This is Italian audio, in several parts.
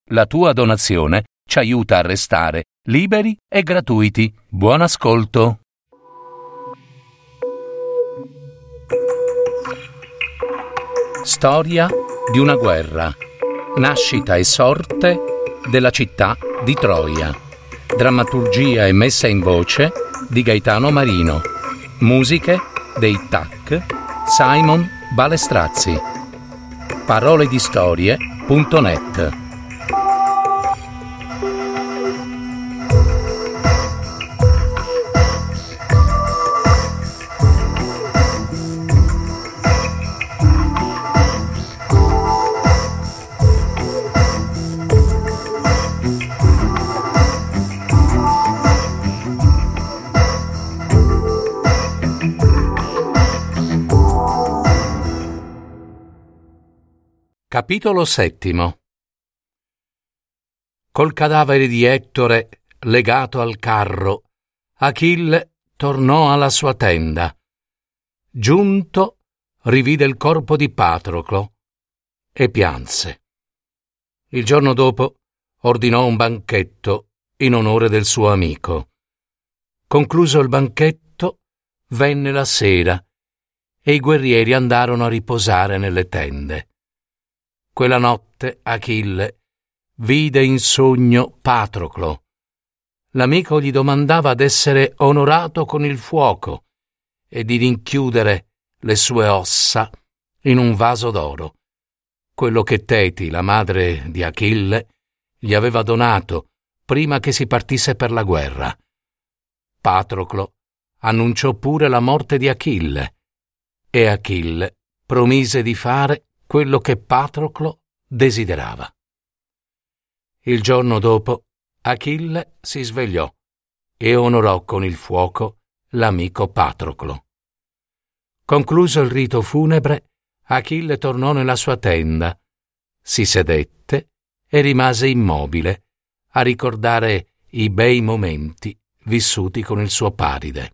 La tua donazione ci aiuta a restare liberi e gratuiti. Buon ascolto! Storia di una guerra. Nascita e sorte della città di Troia. Drammaturgia e messa in voce di Gaetano Marino. Musiche dei TAC Simon Balestrazzi. Paroledistorie.net. Capitolo 7. Col cadavere di Ettore legato al carro, Achille tornò alla sua tenda. Giunto, rivide il corpo di Patroclo e pianse. Il giorno dopo ordinò un banchetto in onore del suo amico. Concluso il banchetto, venne la sera e i guerrieri andarono a riposare nelle tende. Quella notte Achille vide in sogno Patroclo. L'amico gli domandava d'essere onorato con il fuoco e di rinchiudere le sue ossa in un vaso d'oro, quello che Teti, la madre di Achille, gli aveva donato prima che si partisse per la guerra. Patroclo annunciò pure la morte di Achille e Achille promise di fare quello che Patroclo desiderava. Il giorno dopo Achille si svegliò e onorò con il fuoco l'amico Patroclo. Concluso il rito funebre, Achille tornò nella sua tenda, si sedette e rimase immobile a ricordare i bei momenti vissuti con il suo Paride.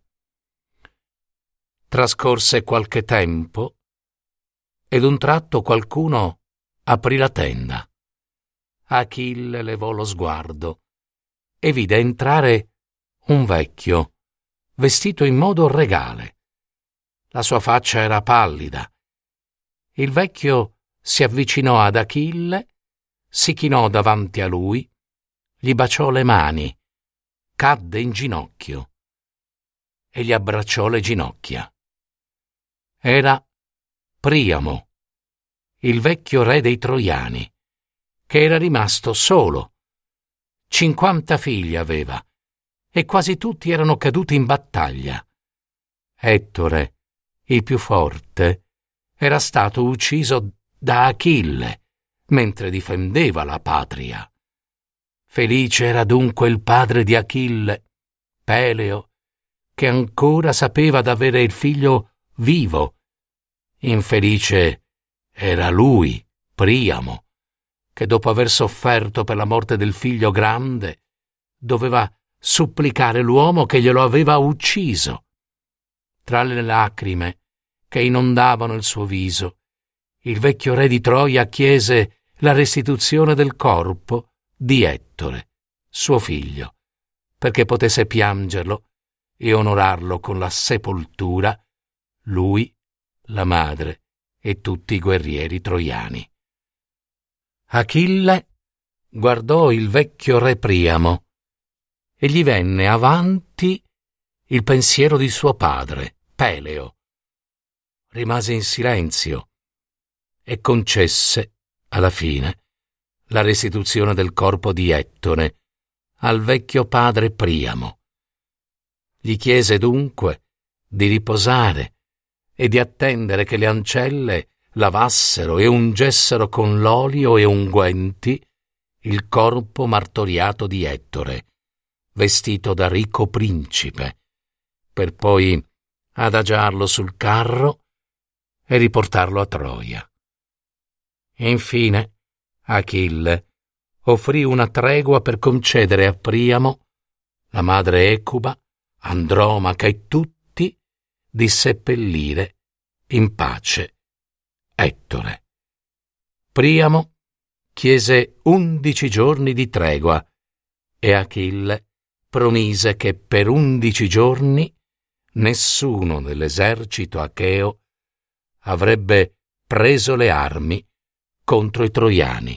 Trascorse qualche tempo ed un tratto qualcuno aprì la tenda. Achille levò lo sguardo e vide entrare un vecchio, vestito in modo regale. La sua faccia era pallida. Il vecchio si avvicinò ad Achille, si chinò davanti a lui, gli baciò le mani, cadde in ginocchio e gli abbracciò le ginocchia. Era Priamo, il vecchio re dei Troiani, che era rimasto solo. 50 figli aveva, e quasi tutti erano caduti in battaglia. Ettore, il più forte, era stato ucciso da Achille, mentre difendeva la patria. Felice era dunque il padre di Achille, Peleo, che ancora sapeva d'avere il figlio vivo. Infelice era lui, Priamo, che dopo aver sofferto per la morte del figlio grande, doveva supplicare l'uomo che glielo aveva ucciso. Tra le lacrime che inondavano il suo viso, il vecchio re di Troia chiese la restituzione del corpo di Ettore, suo figlio, perché potesse piangerlo e onorarlo con la sepoltura, lui, la madre e tutti i guerrieri troiani. Achille guardò il vecchio re Priamo e gli venne avanti il pensiero di suo padre, Peleo. Rimase in silenzio e concesse, alla fine, la restituzione del corpo di Ettore al vecchio padre Priamo. Gli chiese dunque di riposare e di attendere che le ancelle lavassero e ungessero con l'olio e unguenti il corpo martoriato di Ettore, vestito da ricco principe, per poi adagiarlo sul carro e riportarlo a Troia. Infine, Achille offrì una tregua per concedere a Priamo, la madre Ecuba, Andromaca e tutti di seppellire in pace Ettore. Priamo chiese 11 giorni di tregua e Achille promise che per 11 giorni nessuno dell'esercito acheo avrebbe preso le armi contro i troiani.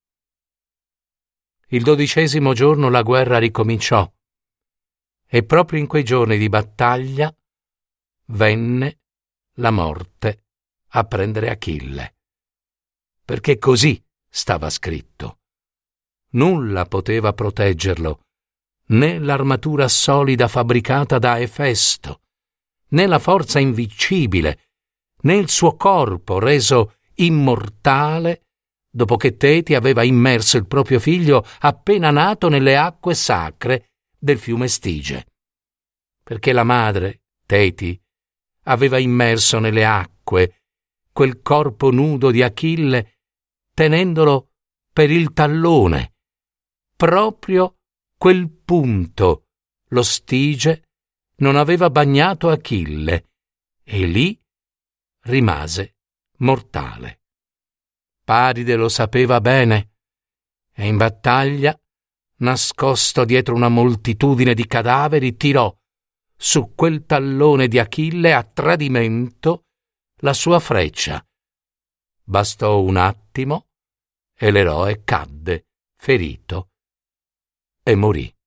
Il 12° giorno la guerra ricominciò e proprio in quei giorni di battaglia venne la morte a prendere Achille, perché così stava scritto. Nulla poteva proteggerlo, né l'armatura solida fabbricata da Efesto, né la forza invincibile, né il suo corpo reso immortale dopo che Teti aveva immerso il proprio figlio appena nato nelle acque sacre del fiume Stige. Perché la madre, Teti, aveva immerso nelle acque quel corpo nudo di Achille, tenendolo per il tallone. Proprio quel punto lo Stige non aveva bagnato Achille e lì rimase mortale. Paride lo sapeva bene e in battaglia, nascosto dietro una moltitudine di cadaveri, tirò su quel tallone di Achille a tradimento la sua freccia. Bastò un attimo e l'eroe cadde ferito e morì.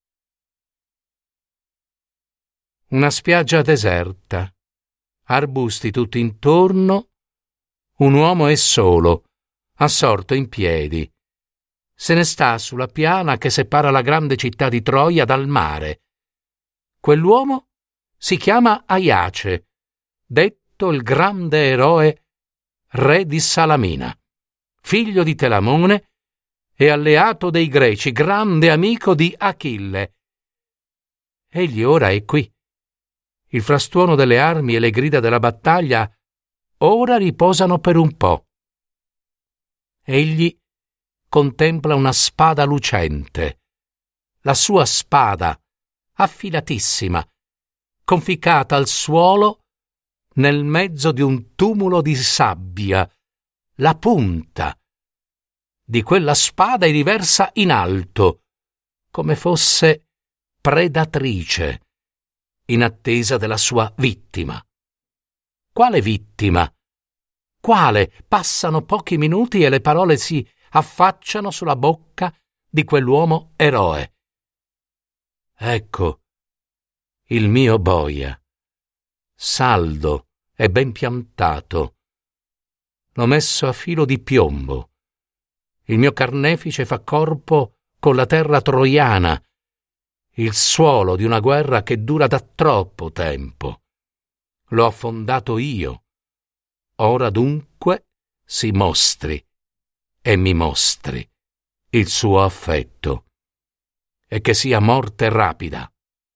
Una spiaggia deserta, arbusti tutti intorno, un uomo è solo, assorto in piedi. Se ne sta sulla piana che separa la grande città di Troia dal mare. Quell'uomo si chiama Aiace, detto il grande eroe re di Salamina, figlio di Telamone e alleato dei Greci, grande amico di Achille. Egli ora è qui. Il frastuono delle armi e le grida della battaglia ora riposano per un po'. Egli contempla una spada lucente, la sua spada, affilatissima, conficcata al suolo nel mezzo di un tumulo di sabbia. La punta di quella spada è riversa in alto, come fosse predatrice, in attesa della sua vittima. Quale vittima? Quale? Passano pochi minuti e le parole si affacciano sulla bocca di quell'uomo eroe. Ecco il mio boia, saldo e ben piantato. L'ho messo a filo di piombo. Il mio carnefice fa corpo con la terra troiana, il suolo di una guerra che dura da troppo tempo. L'ho affondato io. Ora dunque si mostri e mi mostri il suo affetto, e che sia morte rapida.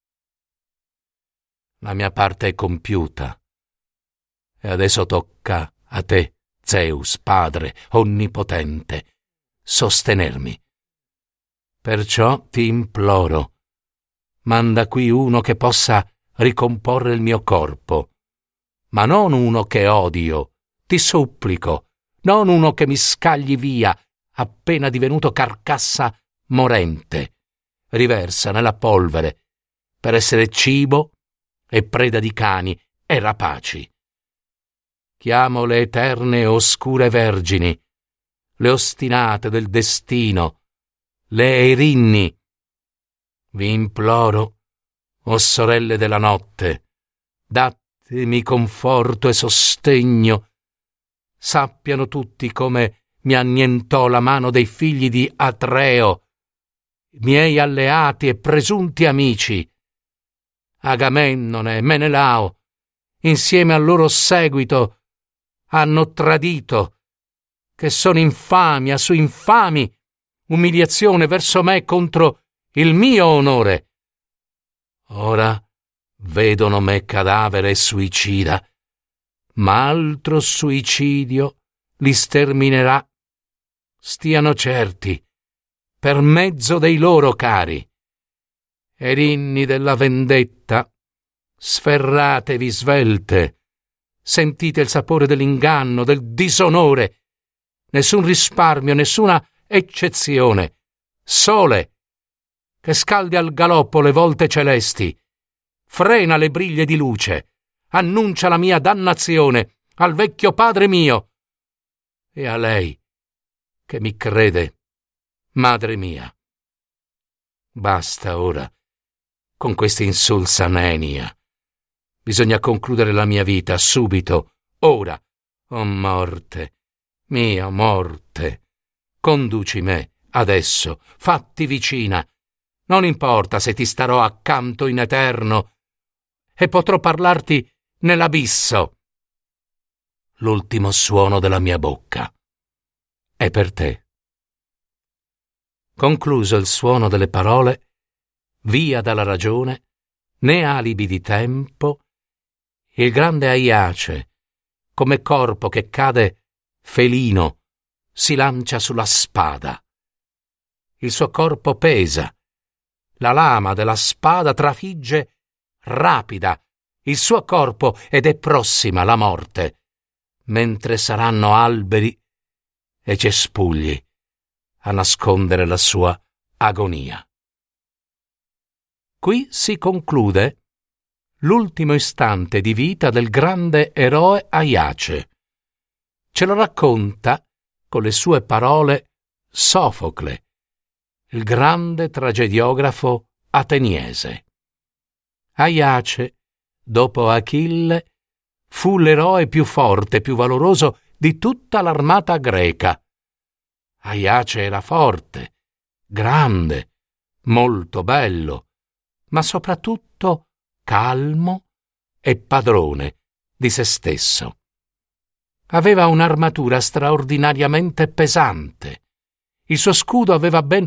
La mia parte è compiuta e adesso tocca a te, Zeus, Padre onnipotente, sostenermi. Perciò ti imploro, manda qui uno che possa ricomporre il mio corpo, ma non uno che odio, ti supplico, non uno che mi scagli via appena divenuto carcassa morente, riversa nella polvere per essere cibo e preda di cani e rapaci. Chiamo le eterne e oscure vergini, le ostinate del destino, le Erinni. Vi imploro, o sorelle della notte, datemi conforto e sostegno. Sappiano tutti come mi annientò la mano dei figli di Atreo, miei alleati e presunti amici. Agamennone e Menelao, insieme al loro seguito, hanno tradito, che sono infamia su infami, umiliazione verso me contro il mio onore. Ora vedono me cadavere e suicida, ma altro suicidio li sterminerà. Stiano certi, per mezzo dei loro cari. Erinni della vendetta, sferratevi svelte, sentite il sapore dell'inganno, del disonore. Nessun risparmio, nessuna eccezione, sole, che scaldi al galoppo le volte celesti, frena le briglie di luce, annuncia la mia dannazione al vecchio padre mio e a lei che mi crede madre mia. Basta ora con questa insulsa nenia. Bisogna concludere la mia vita subito, ora. Oh morte, mia morte, conduci me adesso, fatti vicina. Non importa se ti starò accanto in eterno e potrò parlarti nell'abisso. L'ultimo suono della mia bocca è per te. Concluso il suono delle parole, via dalla ragione, né alibi di tempo, il grande Aiace, come corpo che cade felino, si lancia sulla spada. Il suo corpo pesa, la lama della spada trafigge rapida il suo corpo ed è prossima la morte, mentre saranno alberi e cespugli a nascondere la sua agonia. Qui si conclude l'ultimo istante di vita del grande eroe Aiace. Ce lo racconta con le sue parole Sofocle, il grande tragediografo ateniese. Aiace, dopo Achille, fu l'eroe più forte, più valoroso di tutta l'armata greca. Aiace era forte, grande, molto bello, ma soprattutto calmo e padrone di se stesso. Aveva un'armatura straordinariamente pesante. Il suo scudo aveva ben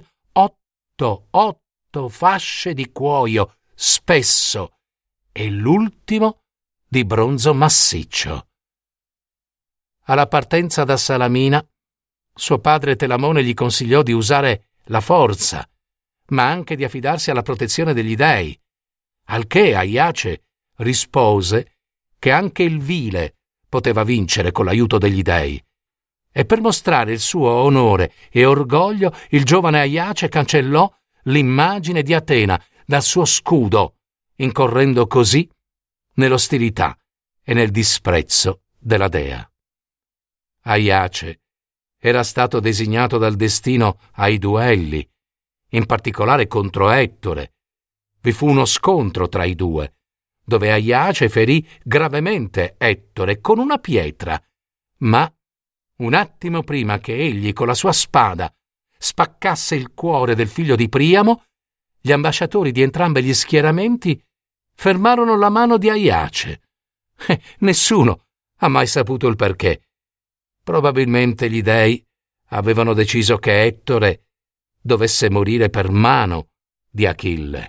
otto fasce di cuoio spesso e l'ultimo di bronzo massiccio. Alla partenza da Salamina, suo padre Telamone gli consigliò di usare la forza, ma anche di affidarsi alla protezione degli dei, al che Aiace rispose che anche il vile poteva vincere con l'aiuto degli dei. E per mostrare il suo onore e orgoglio, il giovane Aiace cancellò l'immagine di Atena dal suo scudo, incorrendo così nell'ostilità e nel disprezzo della dea. Aiace era stato designato dal destino ai duelli, in particolare contro Ettore. Vi fu uno scontro tra i due, dove Aiace ferì gravemente Ettore con una pietra, ma un attimo prima che egli con la sua spada spaccasse il cuore del figlio di Priamo, gli ambasciatori di entrambi gli schieramenti fermarono la mano di Aiace. Nessuno ha mai saputo il perché. Probabilmente gli dei avevano deciso che Ettore dovesse morire per mano di Achille.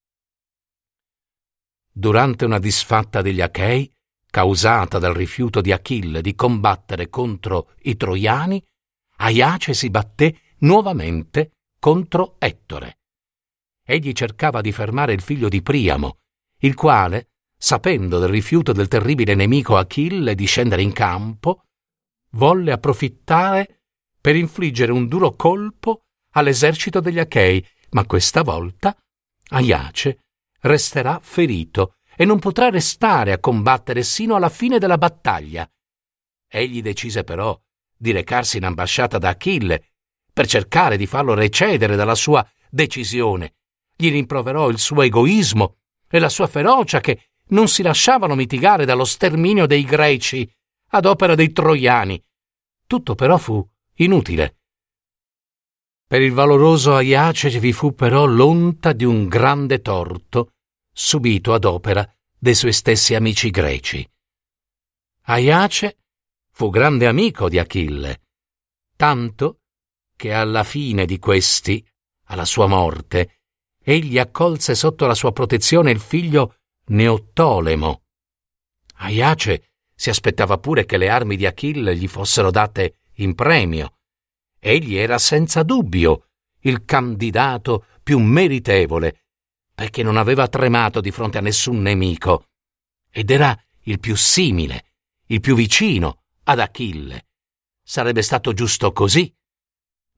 Durante una disfatta degli Achei, causata dal rifiuto di Achille di combattere contro i Troiani, Aiace si batté nuovamente contro Ettore. Egli cercava di fermare il figlio di Priamo, il quale, sapendo del rifiuto del terribile nemico Achille di scendere in campo, volle approfittare per infliggere un duro colpo all'esercito degli Achei, ma questa volta Aiace resterà ferito e non potrà restare a combattere sino alla fine della battaglia. Egli decise però di recarsi in ambasciata da Achille per cercare di farlo recedere dalla sua decisione. Gli rimproverò il suo egoismo e la sua ferocia che non si lasciavano mitigare dallo sterminio dei Greci ad opera dei Troiani. Tutto però fu inutile. Per il valoroso Aiace vi fu però l'onta di un grande torto subito ad opera dei suoi stessi amici greci. Aiace fu grande amico di Achille, tanto che alla fine di questi, alla sua morte, egli accolse sotto la sua protezione il figlio Neottolemo. Aiace si aspettava pure che le armi di Achille gli fossero date in premio. Egli era senza dubbio il candidato più meritevole, perché non aveva tremato di fronte a nessun nemico, ed era il più simile, il più vicino ad Achille. Sarebbe stato giusto così.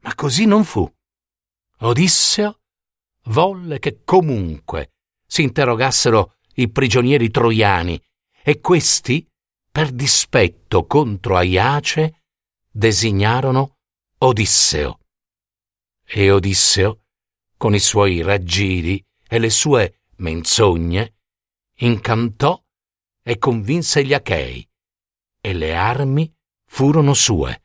Ma così non fu. Odisseo volle che comunque si interrogassero i prigionieri troiani e questi, per dispetto contro Aiace, designarono Odisseo. E Odisseo, con i suoi raggiri e le sue menzogne, incantò e convinse gli Achei, e le armi furono sue.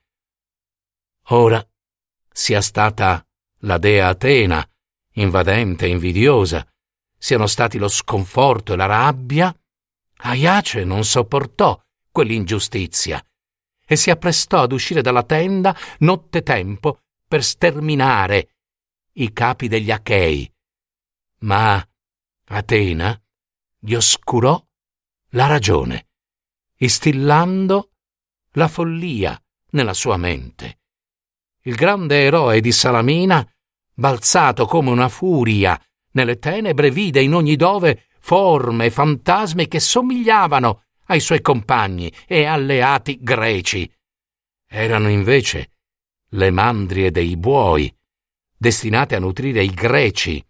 Ora, sia stata la dea Atena, invadente e invidiosa, siano stati lo sconforto e la rabbia, Aiace non sopportò quell'ingiustizia e si apprestò ad uscire dalla tenda nottetempo per sterminare i capi degli Achei. Ma Atena gli oscurò la ragione, instillando la follia nella sua mente. Il grande eroe di Salamina, balzato come una furia nelle tenebre, vide in ogni dove forme e fantasmi che somigliavano ai suoi compagni e alleati greci. Erano invece le mandrie dei buoi, destinate a nutrire i greci.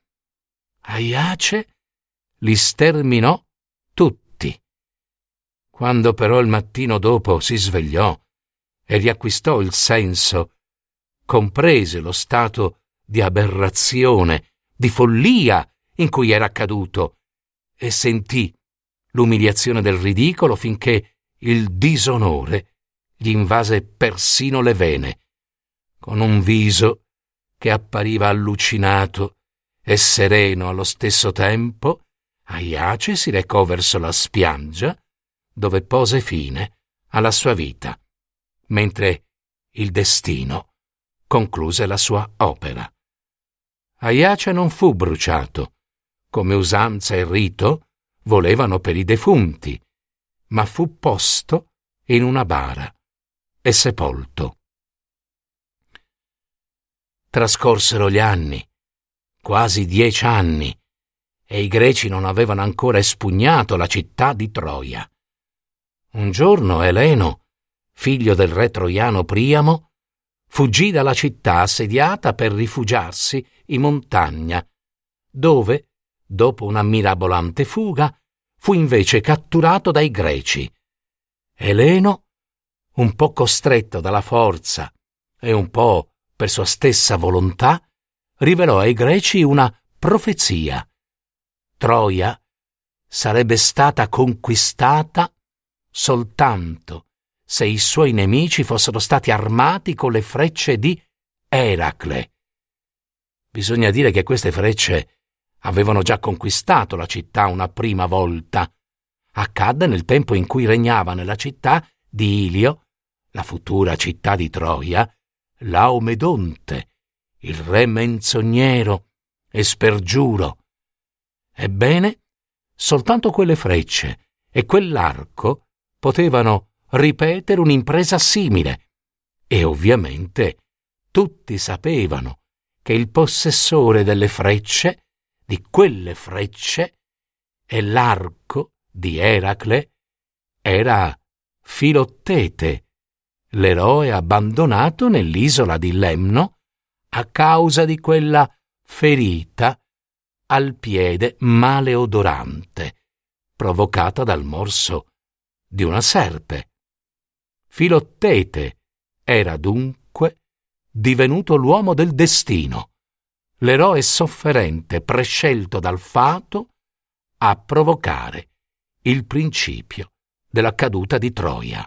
Aiace li sterminò tutti. Quando però il mattino dopo si svegliò e riacquistò il senso, comprese lo stato di aberrazione, di follia in cui era caduto e sentì l'umiliazione del ridicolo finché il disonore gli invase persino le vene. Con un viso che appariva allucinato e sereno allo stesso tempo, Aiace si recò verso la spiaggia dove pose fine alla sua vita, mentre il destino concluse la sua opera. Aiace non fu bruciato, come usanza e rito volevano per i defunti, ma fu posto in una bara e sepolto. Trascorsero gli anni, quasi 10 anni, e i greci non avevano ancora espugnato la città di Troia. Un giorno Eleno, figlio del re troiano Priamo, fuggì dalla città assediata per rifugiarsi in montagna, dove, dopo una mirabolante fuga, fu invece catturato dai greci. Eleno, un po' costretto dalla forza e un po' per sua stessa volontà, rivelò ai greci una profezia. Troia sarebbe stata conquistata soltanto se i suoi nemici fossero stati armati con le frecce di Eracle. Bisogna dire che queste frecce avevano già conquistato la città una prima volta. Accadde nel tempo in cui regnava nella città di Ilio, la futura città di Troia, Laomedonte, il re menzognero e spergiuro. Ebbene, soltanto quelle frecce e quell'arco potevano ripetere un'impresa simile, e ovviamente tutti sapevano che il possessore delle frecce, di quelle frecce, e l'arco di Eracle era Filottete, l'eroe abbandonato nell'isola di Lemno a causa di quella ferita al piede maleodorante provocata dal morso di una serpe. Filottete era dunque divenuto l'uomo del destino, l'eroe sofferente prescelto dal fato a provocare il principio della caduta di Troia.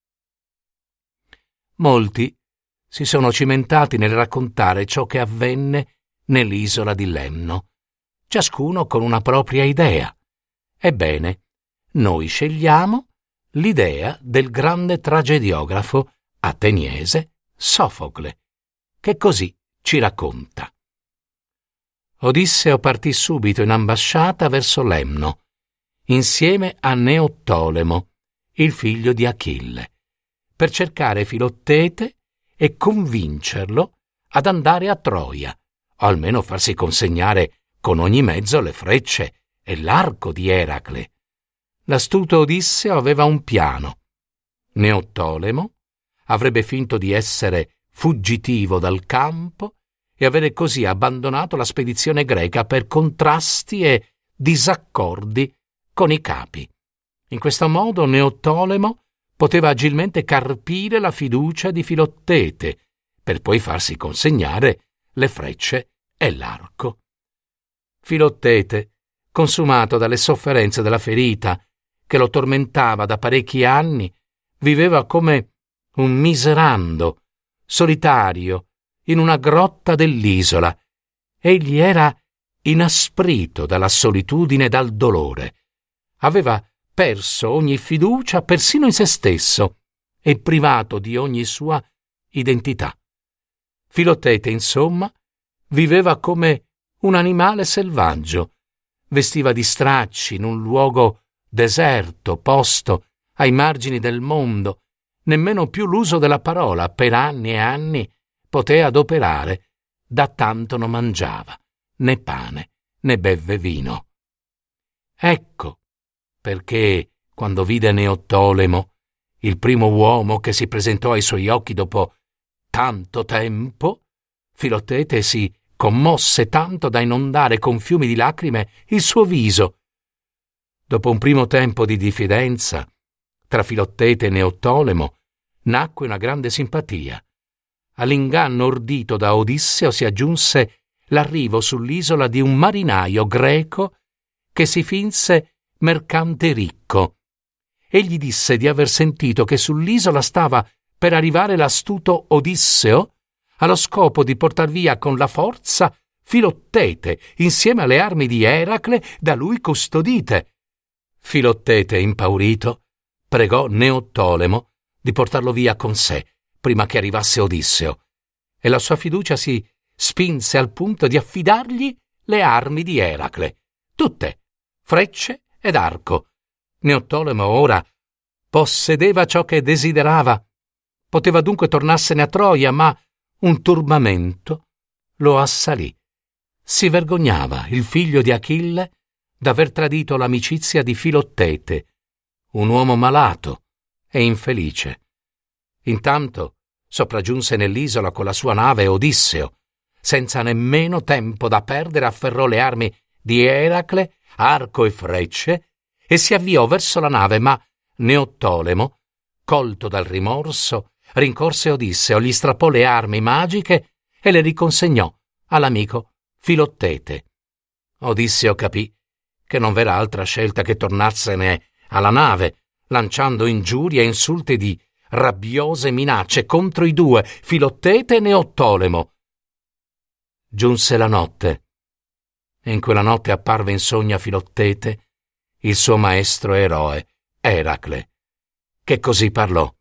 Molti si sono cimentati nel raccontare ciò che avvenne nell'isola di Lemno, ciascuno con una propria idea. Ebbene, noi scegliamo l'idea del grande tragediografo ateniese Sofocle, che così ci racconta. Odisseo partì subito in ambasciata verso Lemno, insieme a Neottolemo, il figlio di Achille, per cercare Filottete e convincerlo ad andare a Troia, o almeno farsi consegnare con ogni mezzo le frecce e l'arco di Eracle. L'astuto Odisseo aveva un piano. Neottolemo avrebbe finto di essere fuggitivo dal campo e avere così abbandonato la spedizione greca per contrasti e disaccordi con i capi. In questo modo Neottolemo poteva agilmente carpire la fiducia di Filottete, per poi farsi consegnare le frecce e l'arco. Filottete, consumato dalle sofferenze della ferita che lo tormentava da parecchi anni, viveva come un miserando, solitario, in una grotta dell'isola. Egli era inasprito dalla solitudine e dal dolore. Aveva perso ogni fiducia persino in se stesso e privato di ogni sua identità. Filottete, insomma, viveva come un animale selvaggio, vestiva di stracci in un luogo deserto, posto ai margini del mondo, nemmeno più l'uso della parola per anni e anni poté adoperare, da tanto non mangiava né pane né bevve vino. Ecco perché, quando vide Neottolemo, il primo uomo che si presentò ai suoi occhi dopo tanto tempo, Filottete si commosse tanto da inondare con fiumi di lacrime il suo viso. Dopo un primo tempo di diffidenza tra Filottete e Neottolemo nacque una grande simpatia. All'inganno ordito da Odisseo si aggiunse l'arrivo sull'isola di un marinaio greco che si finse mercante ricco. Egli disse di aver sentito che sull'isola stava per arrivare l'astuto Odisseo allo scopo di portar via con la forza Filottete insieme alle armi di Eracle da lui custodite. Filottete, impaurito, pregò Neottolemo di portarlo via con sé prima che arrivasse Odisseo, e la sua fiducia si spinse al punto di affidargli le armi di Eracle, tutte, frecce ed arco. Neottolemo ora possedeva ciò che desiderava. Poteva dunque tornarsene a Troia, ma un turbamento lo assalì. Si vergognava, il figlio di Achille, d'aver tradito l'amicizia di Filottete, un uomo malato e infelice. Intanto sopraggiunse nell'isola con la sua nave Odisseo. Senza nemmeno tempo da perdere afferrò le armi di Eracle, arco e frecce, e si avviò verso la nave, ma Neottolemo, colto dal rimorso, rincorse Odisseo, gli strappò le armi magiche e le riconsegnò all'amico Filottete. Odisseo capì che non v'era altra scelta che tornarsene alla nave, lanciando ingiurie e insulti di rabbiose minacce contro i due, Filottete e Neottolemo. Giunse la notte, e in quella notte apparve in sogno a Filottete il suo maestro eroe, Eracle, che così parlò.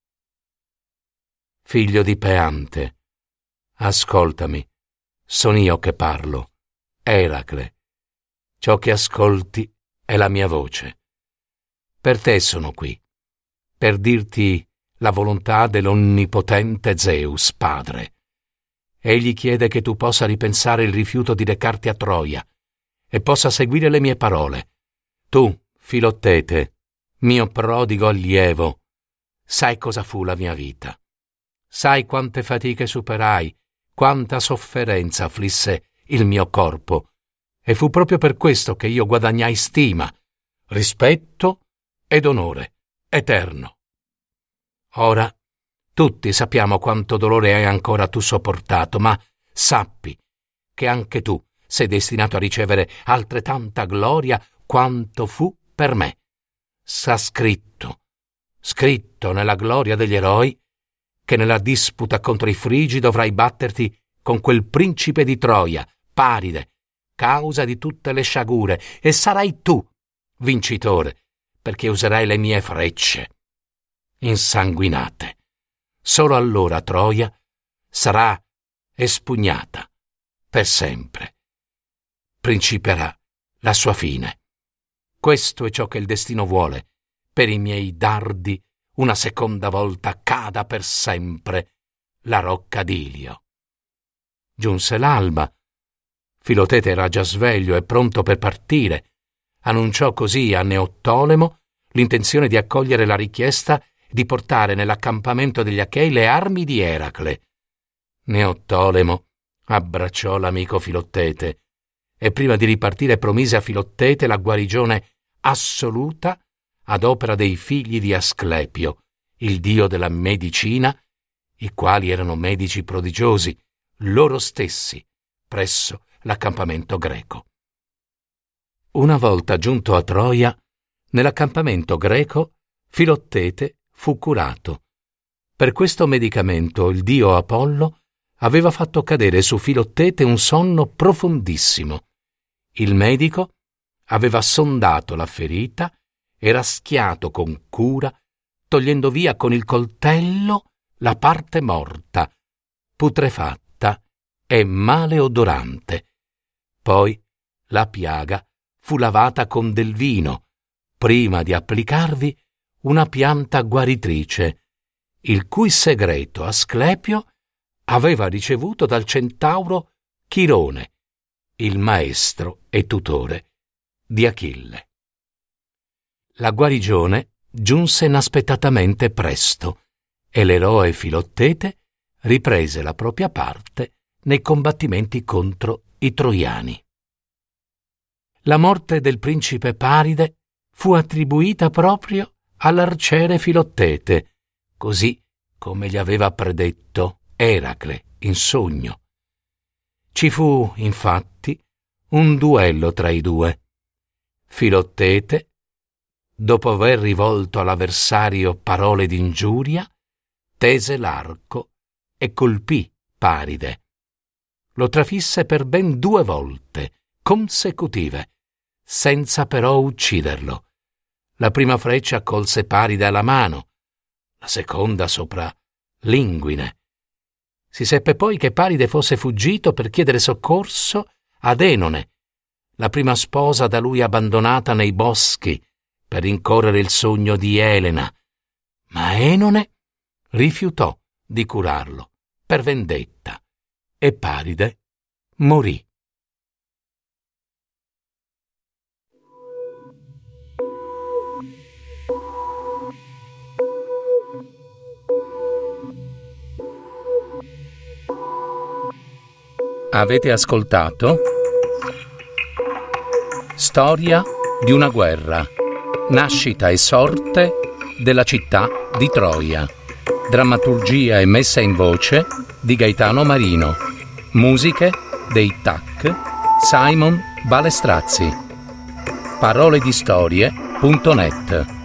Figlio di Peante, ascoltami, son io che parlo, Eracle. Ciò che ascolti è la mia voce. Per te sono qui, per dirti la volontà dell'onnipotente Zeus, padre. Egli chiede che tu possa ripensare il rifiuto di recarti a Troia e possa seguire le mie parole. Tu, Filottete, mio prodigo allievo, sai cosa fu la mia vita. Sai quante fatiche superai, quanta sofferenza afflisse il mio corpo, e fu proprio per questo che io guadagnai stima, rispetto ed onore eterno. Ora tutti sappiamo quanto dolore hai ancora tu sopportato, ma sappi che anche tu sei destinato a ricevere altrettanta gloria quanto fu per me. Sta scritto nella gloria degli eroi, che nella disputa contro i Frigi dovrai batterti con quel principe di Troia, Paride, causa di tutte le sciagure, e sarai tu vincitore, perché userai le mie frecce insanguinate. Solo allora Troia sarà espugnata per sempre. Principerà la sua fine. Questo è ciò che il destino vuole. Per i miei dardi una seconda volta cada per sempre la rocca d'Ilio. Giunse l'alba. Filottete era già sveglio e pronto per partire. Annunciò così a Neottolemo l'intenzione di accogliere la richiesta di portare nell'accampamento degli Achei le armi di Eracle. Neottolemo abbracciò l'amico Filottete e prima di ripartire promise a Filottete la guarigione assoluta ad opera dei figli di Asclepio, il dio della medicina, i quali erano medici prodigiosi, loro stessi, presso l'accampamento greco. Una volta giunto a Troia, nell'accampamento greco, Filottete fu curato. Per questo medicamento il dio Apollo aveva fatto cadere su Filottete un sonno profondissimo. Il medico aveva sondato la ferita e raschiato con cura, togliendo via con il coltello la parte morta, putrefatta e maleodorante. Poi la piaga fu lavata con del vino, prima di applicarvi una pianta guaritrice, il cui segreto Asclepio aveva ricevuto dal centauro Chirone, il maestro e tutore di Achille. La guarigione giunse inaspettatamente presto e l'eroe Filottete riprese la propria parte nei combattimenti contro i troiani. La morte del principe Paride fu attribuita proprio all'arciere Filottete, così come gli aveva predetto Eracle in sogno. Ci fu, infatti, un duello tra i due. Filottete, dopo aver rivolto all'avversario parole d'ingiuria, tese l'arco e colpì Paride. Lo trafisse per ben 2 volte consecutive, senza però ucciderlo. La prima freccia colse Paride alla mano, la seconda sopra l'inguine. Si seppe poi che Paride fosse fuggito per chiedere soccorso ad Enone, la prima sposa da lui abbandonata nei boschi per rincorrere il sogno di Elena, ma Enone rifiutò di curarlo per vendetta e Paride morì. Avete ascoltato Storia di una guerra, nascita e sorte della città di Troia, drammaturgia e messa in voce di Gaetano Marino, musiche dei TAC Simon Balestrazzi, paroledistorie.net.